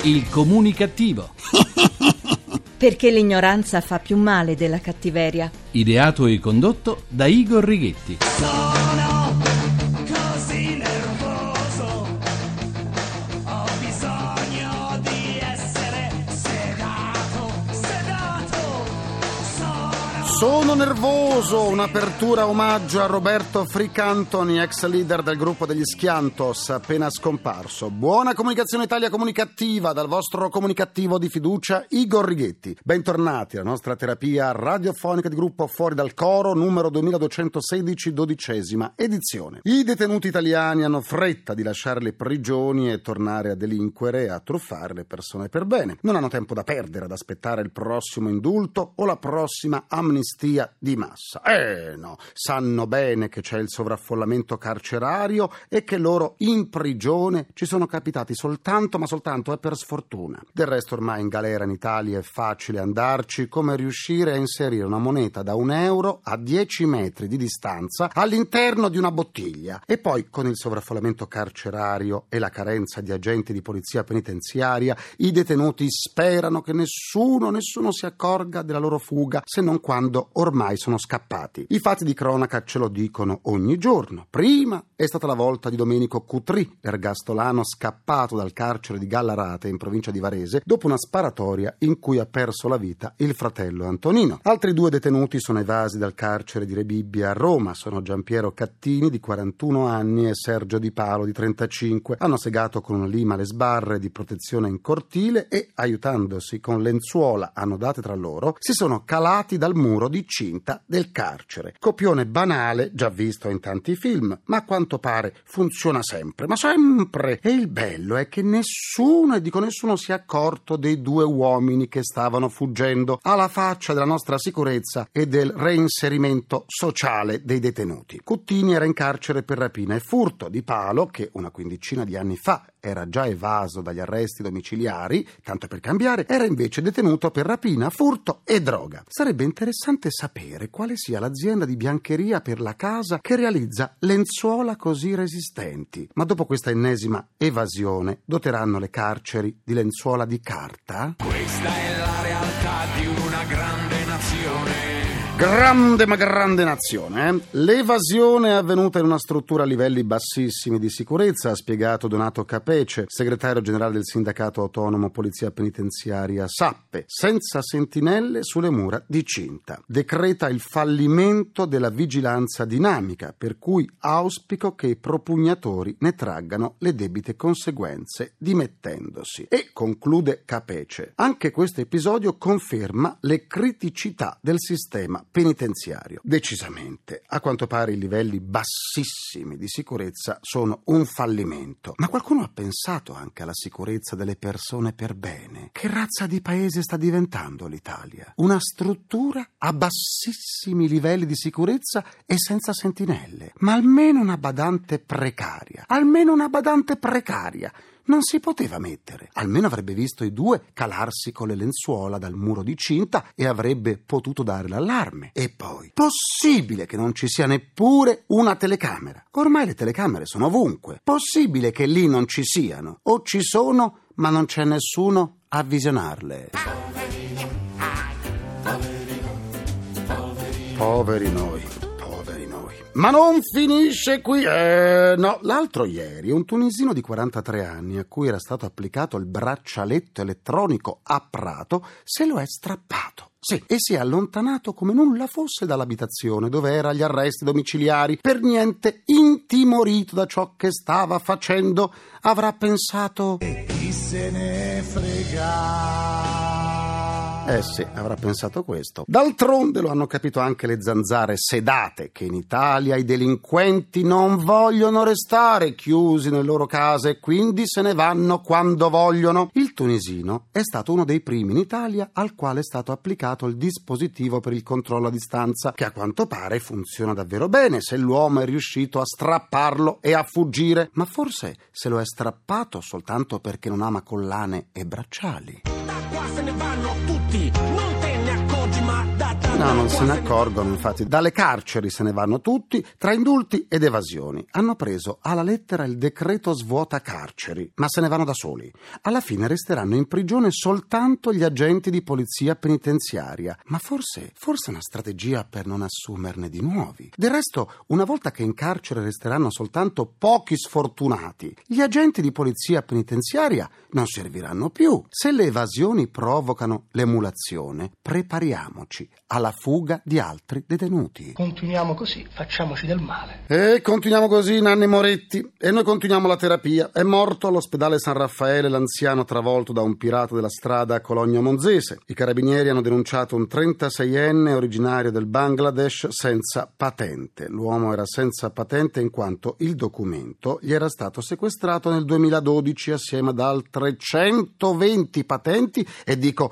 Il comunicativo. Perché l'ignoranza fa più male della cattiveria. Ideato e condotto da Igor Righetti. Sono così nervoso, ho bisogno di essere sedato. Sono nervoso, un'apertura omaggio a Roberto Fricantoni, ex leader del gruppo degli Schiantos, appena scomparso. Buona comunicazione Italia comunicativa dal vostro comunicativo di fiducia Igor Righetti. Bentornati alla nostra terapia radiofonica di gruppo Fuori dal Coro, numero 2216, 12ª edizione. I detenuti italiani hanno fretta di lasciare le prigioni e tornare a delinquere e a truffare le persone per bene. Non hanno tempo da perdere ad aspettare il prossimo indulto o la prossima amnistia di massa. No, sanno bene che c'è il sovraffollamento carcerario e che loro in prigione ci sono capitati soltanto per sfortuna. Del resto ormai in galera in Italia è facile andarci come riuscire a inserire una moneta da €1 a 10 metri di distanza all'interno di una bottiglia. E poi con il sovraffollamento carcerario e la carenza di agenti di polizia penitenziaria, i detenuti sperano che nessuno si accorga della loro fuga, se non quando ormai sono scappati. I fatti di cronaca ce lo dicono ogni giorno. Prima è stata la volta di Domenico Cutri, ergastolano scappato dal carcere di Gallarate in provincia di Varese dopo una sparatoria in cui ha perso la vita il fratello Antonino. Altri 2 detenuti sono evasi dal carcere di Rebibbia a Roma. Sono Giampiero Cattini di 41 anni e Sergio Di Palo di 35. Hanno segato con una lima le sbarre di protezione in cortile e, aiutandosi con lenzuola annodate tra loro, si sono calati dal muro di cinta del carcere. Copione banale, già visto in tanti film, ma a quanto pare funziona sempre, ma sempre. E il bello è che nessuno si è accorto dei 2 uomini che stavano fuggendo, alla faccia della nostra sicurezza e del reinserimento sociale dei detenuti. Cuttini era in carcere per rapina e furto. Di Palo, che una quindicina di anni fa era già evaso dagli arresti domiciliari, tanto per cambiare, era invece detenuto per rapina, furto e droga. Sarebbe interessante sapere quale sia l'azienda di biancheria per la casa che realizza lenzuola così resistenti. Ma dopo questa ennesima evasione, doteranno le carceri di lenzuola di carta? Questa è la realtà di una grande nazione. Grande nazione, L'evasione è avvenuta in una struttura a livelli bassissimi di sicurezza, ha spiegato Donato Capece, segretario generale del sindacato autonomo Polizia Penitenziaria Sappe, senza sentinelle sulle mura di cinta. Decreta il fallimento della vigilanza dinamica, per cui auspico che i propugnatori ne traggano le debite conseguenze dimettendosi. E conclude Capece, anche questo episodio conferma le criticità del sistema penitenziario. Decisamente, a quanto pare i livelli bassissimi di sicurezza sono un fallimento. Ma qualcuno ha pensato anche alla sicurezza delle persone per bene? Che razza di paese sta diventando l'Italia? Una struttura a bassissimi livelli di sicurezza e senza sentinelle. Ma almeno una badante precaria. Non si poteva mettere. Almeno avrebbe visto i 2 calarsi con le lenzuola dal muro di cinta e avrebbe potuto dare l'allarme. E poi, possibile che non ci sia neppure una telecamera? Ormai le telecamere sono ovunque. Possibile che lì non ci siano? O ci sono, ma non c'è nessuno a visionarle? Poveri noi. Ma non finisce qui, no. L'altro ieri un tunisino di 43 anni a cui era stato applicato il braccialetto elettronico a Prato se lo è strappato. Sì, e si è allontanato come nulla fosse dall'abitazione dove era agli arresti domiciliari, per niente intimorito da ciò che stava facendo. Avrà pensato: E chi se ne frega? Sì, avrà pensato questo. D'altronde lo hanno capito anche le zanzare sedate, che in Italia i delinquenti non vogliono restare chiusi nelle loro case e quindi se ne vanno quando vogliono. Il tunisino è stato uno dei primi in Italia al quale è stato applicato il dispositivo per il controllo a distanza, che a quanto pare funziona davvero bene se l'uomo è riuscito a strapparlo e a fuggire. Ma forse se lo è strappato soltanto perché non ama collane e bracciali. Da qua se ne vanno tutti, non te ne accorgi, ma da No, non se ne accorgono, infatti. Dalle carceri se ne vanno tutti, tra indulti ed evasioni. Hanno preso alla lettera il decreto svuota carceri, ma se ne vanno da soli. Alla fine resteranno in prigione soltanto gli agenti di polizia penitenziaria. Ma forse è una strategia per non assumerne di nuovi. Del resto, una volta che in carcere resteranno soltanto pochi sfortunati, gli agenti di polizia penitenziaria non serviranno più. Se le evasioni provocano l'emulazione, prepariamoci alla fuga di altri detenuti. Continuiamo così, facciamoci del male. E continuiamo così, Nanni Moretti. E noi continuiamo la terapia. È morto all'ospedale San Raffaele l'anziano travolto da un pirata della strada a Cologno Monzese. I carabinieri hanno denunciato un 36enne originario del Bangladesh senza patente. L'uomo era senza patente in quanto il documento gli era stato sequestrato nel 2012 assieme ad altre 120 patenti, e dico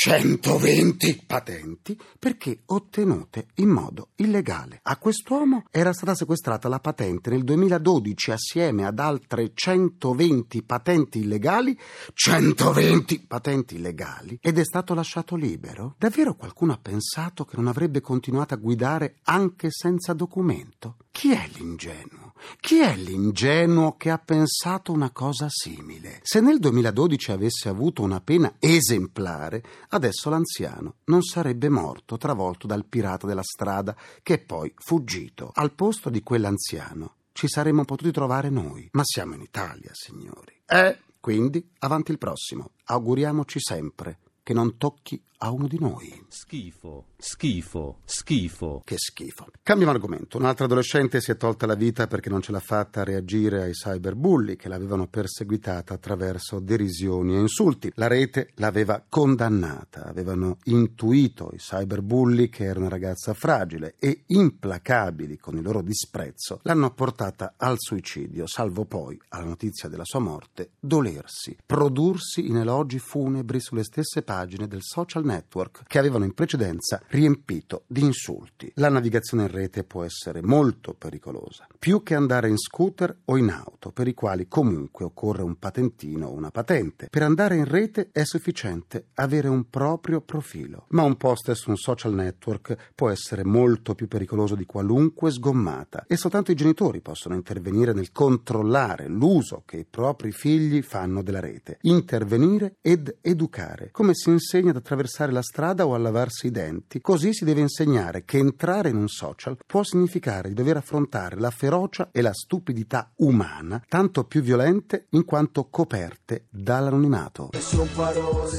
120 patenti perché ottenute in modo illegale. A quest'uomo era stata sequestrata la patente nel 2012 assieme ad altre 120 patenti illegali, 120 patenti illegali, ed è stato lasciato libero? Davvero qualcuno ha pensato che non avrebbe continuato a guidare anche senza documento? Chi è l'ingenuo? Chi è l'ingenuo che ha pensato una cosa simile? Se nel 2012 avesse avuto una pena esemplare, adesso l'anziano non sarebbe morto travolto dal pirata della strada che è poi fuggito. Al posto di quell'anziano ci saremmo potuti trovare noi. Ma siamo in Italia, signori. Quindi avanti il prossimo. Auguriamoci sempre che non tocchi a uno di noi. Schifo, schifo, schifo. Che schifo. Cambiamo argomento. Un'altra adolescente si è tolta la vita perché non ce l'ha fatta a reagire ai cyberbulli che l'avevano perseguitata attraverso derisioni e insulti. La rete l'aveva condannata. Avevano intuito i cyberbulli che era una ragazza fragile e, implacabili con il loro disprezzo, l'hanno portata al suicidio, salvo poi, alla notizia della sua morte, dolersi, prodursi in elogi funebri sulle stesse pagine del social network che avevano in precedenza riempito di insulti. La navigazione in rete può essere molto pericolosa, più che andare in scooter o in auto, per i quali comunque occorre un patentino o una patente. Per andare in rete è sufficiente avere un proprio profilo, ma un post su un social network può essere molto più pericoloso di qualunque sgommata, e soltanto i genitori possono intervenire nel controllare l'uso che i propri figli fanno della rete. Intervenire ed educare, come si insegna ad attraversare la strada o a lavarsi i denti. Così si deve insegnare che entrare in un social può significare di dover affrontare la ferocia e la stupidità umana, tanto più violente in quanto coperte dall'anonimato. E son parole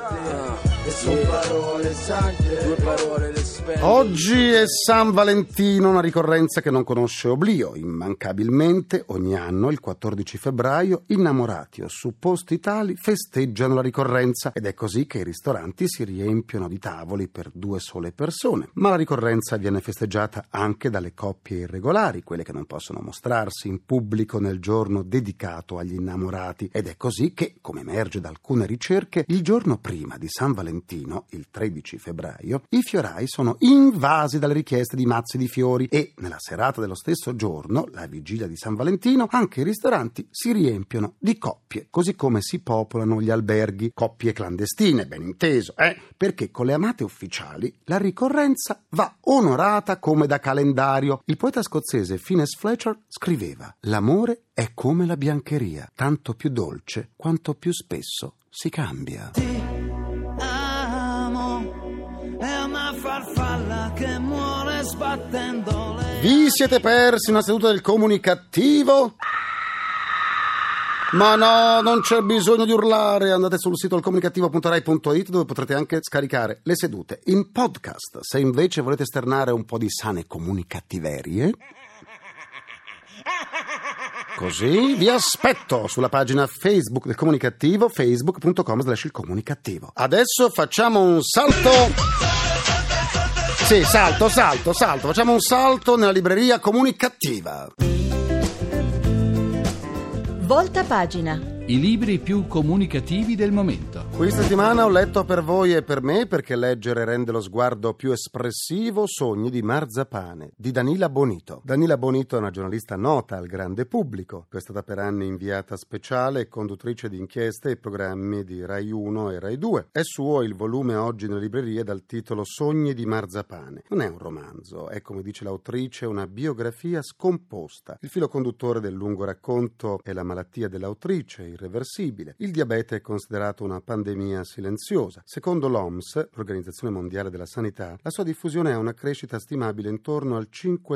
sante, due parole le spende. Oggi è San Valentino, una ricorrenza che non conosce oblio. Immancabilmente ogni anno, il 14 febbraio, innamorati o supposti tali festeggiano la ricorrenza, ed è così che i ristoranti si riempiono di tavoli per 2 sole persone. Ma la ricorrenza viene festeggiata anche dalle coppie irregolari, quelle che non possono mostrarsi in pubblico nel giorno dedicato agli innamorati, ed è così che, come emerge da alcune ricerche, il giorno prima di San Valentino, il 13 febbraio, i fiorai sono invasi dalle richieste di mazzi di fiori, e nella serata dello stesso giorno, la vigilia di San Valentino, anche i ristoranti si riempiono di coppie, così come si popolano gli alberghi, coppie clandestine, ben inteso, perché con le amate ufficiali la ricorrenza va onorata come da calendario. Il poeta scozzese Phineas Fletcher scriveva: l'amore è come la biancheria, tanto più dolce quanto più spesso si cambia. È una farfalla che muore sbattendo le... Vi siete persi una seduta del Comunicativo? Ma no, non c'è bisogno di urlare. Andate sul sito ilcomunicativo.rai.it, dove potrete anche scaricare le sedute in podcast. Se invece volete esternare un po' di sane comunicattiverie, così vi aspetto sulla pagina Facebook del Comunicativo, facebook.com/ilcomunicativo. Adesso facciamo un salto. Sì, salto. Facciamo un salto nella libreria comunicativa. Volta pagina. I libri più comunicativi del momento. Questa settimana ho letto per voi e per me, perché leggere rende lo sguardo più espressivo, Sogni di Marzapane, di Danila Bonito. Danila Bonito è una giornalista nota al grande pubblico. È stata per anni inviata speciale e conduttrice di inchieste e programmi di Rai 1 e Rai 2. È suo il volume oggi nelle librerie dal titolo Sogni di Marzapane. Non è un romanzo, è, come dice l'autrice, una biografia scomposta. Il filo conduttore del lungo racconto è la malattia dell'autrice, irreversibile. Il diabete è considerato una pandemia silenziosa. Secondo l'OMS, l'Organizzazione Mondiale della Sanità, la sua diffusione ha una crescita stimabile intorno al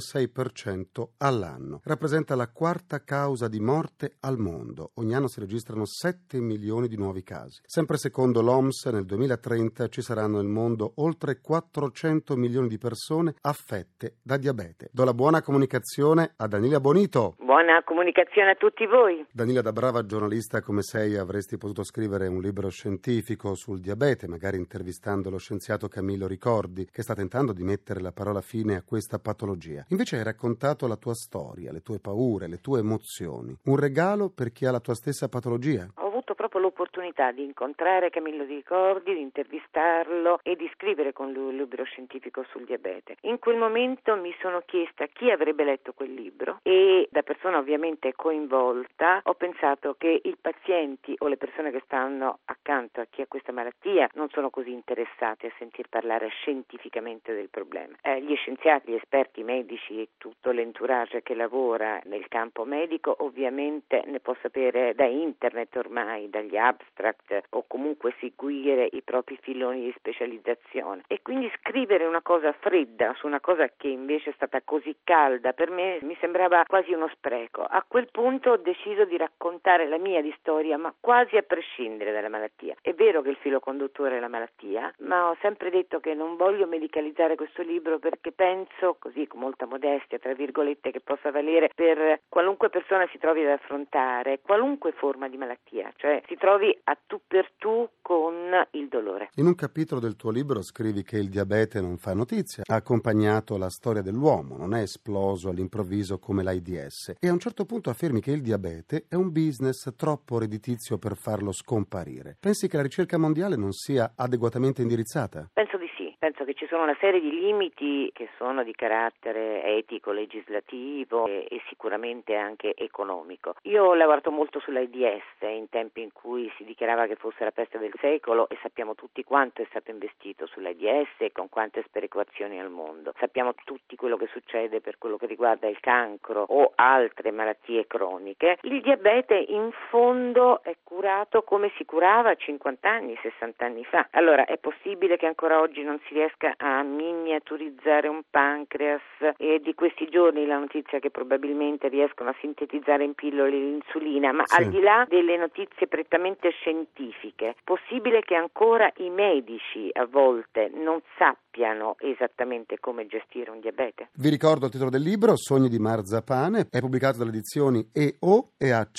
5-6% all'anno. Rappresenta la quarta causa di morte al mondo. Ogni anno si registrano 7 milioni di nuovi casi. Sempre secondo l'OMS, nel 2030 ci saranno nel mondo oltre 400 milioni di persone affette da diabete. Do la buona comunicazione a Danila Bonito. Buona comunicazione a tutti voi. Danila, da brava giornalista come sei avresti potuto scrivere un libro scientifico sul diabete, magari intervistando lo scienziato Camillo Ricordi, che sta tentando di mettere la parola fine a questa patologia. Invece hai raccontato la tua storia, le tue paure, le tue emozioni. Un regalo per chi ha la tua stessa patologia? Ho avuto proprio l'opportunità di incontrare Camillo Ricordi, di intervistarlo e di scrivere con lui un libro scientifico sul diabete. In quel momento mi sono chiesta chi avrebbe letto quel libro e, da persona ovviamente coinvolta, ho pensato che i pazienti o le persone che stanno accanto a chi ha questa malattia non sono così interessati a sentir parlare scientificamente del problema. Gli scienziati, gli esperti, i medici e tutto l'entourage che lavora nel campo medico ovviamente ne può sapere da internet ormai, dagli abstract, o comunque seguire i propri filoni di specializzazione. E quindi scrivere una cosa fredda su una cosa che invece è stata così calda per me mi sembrava quasi uno spreco. A quel punto ho deciso di raccontare la mia di storia, ma quasi a prescindere dalla malattia. È vero che il filo conduttore è la malattia, ma ho sempre detto che non voglio medicalizzare questo libro perché penso, così con molta modestia, tra virgolette, che possa valere per qualunque persona si trovi ad affrontare qualunque forma di malattia, cioè si trovi a tu per tu con il dolore. In un capitolo del tuo libro scrivi che il diabete non fa notizia, ha accompagnato la storia dell'uomo, non è esploso all'improvviso come l'AIDS, e a un certo punto affermi che il diabete è un business troppo redditizio per farlo scomparire. Pensi che la ricerca mondiale non sia adeguatamente indirizzata? Penso di sì. Penso che ci sono una serie di limiti che sono di carattere etico, legislativo e sicuramente anche economico. Io ho lavorato molto sull'AIDS in tempi in cui si dichiarava che fosse la peste del secolo e sappiamo tutti quanto è stato investito sull'AIDS e con quante sperequazioni al mondo. Sappiamo tutti quello che succede per quello che riguarda il cancro o altre malattie croniche. Il diabete in fondo è curato come si curava 50 anni, 60 anni fa. Allora è possibile che ancora oggi non si riesca a miniaturizzare un pancreas e di questi giorni la notizia che probabilmente riescono a sintetizzare in pillole l'insulina, ma sì. Al di là delle notizie prettamente scientifiche, possibile che ancora i medici a volte non sappiano esattamente come gestire un diabete? Vi ricordo il titolo del libro, Sogni di Marzapane, è pubblicato dalle edizioni EO e ha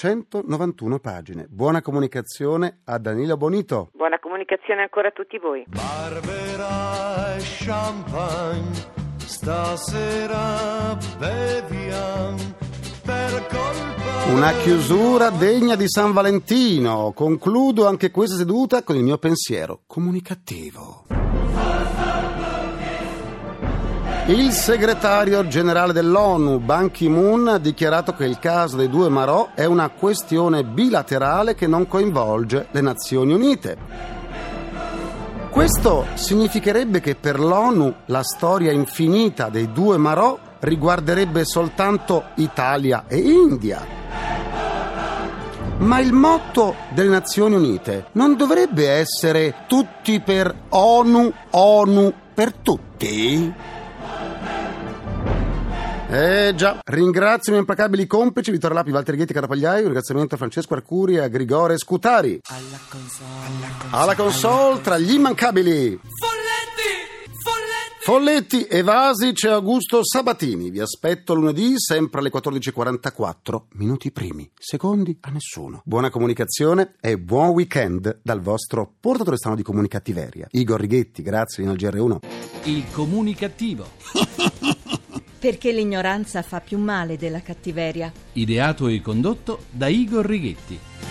191 pagine. Buona comunicazione a Danila Bonito. Buona comunicazione ancora a tutti voi. Barbera e champagne, stasera beviamo per colpa. Una chiusura degna di San Valentino. Concludo anche questa seduta con il mio pensiero comunicativo. Il segretario generale dell'ONU, Ban Ki-moon, ha dichiarato che il caso dei due Marò è una questione bilaterale che non coinvolge le Nazioni Unite. Questo significherebbe che per l'ONU la storia infinita dei due Marò riguarderebbe soltanto Italia e India. Ma il motto delle Nazioni Unite non dovrebbe essere tutti per ONU, ONU per tutti? Già, ringrazio i miei implacabili complici Vittorio Lapi, Walter Ghetti, Carapagliai. Un ringraziamento a Francesco Arcuri e a Grigore Scutari. Alla console tra gli immancabili Folletti e Vasi, c'è Augusto Sabatini. Vi aspetto lunedì sempre alle 14:44, minuti primi, secondi a nessuno. Buona comunicazione e buon weekend dal vostro portatore strano di comunicattiveria, Igor Righetti. Grazie, al GR1. Il comunicativo. Perché l'ignoranza fa più male della cattiveria. Ideato e condotto da Igor Righetti.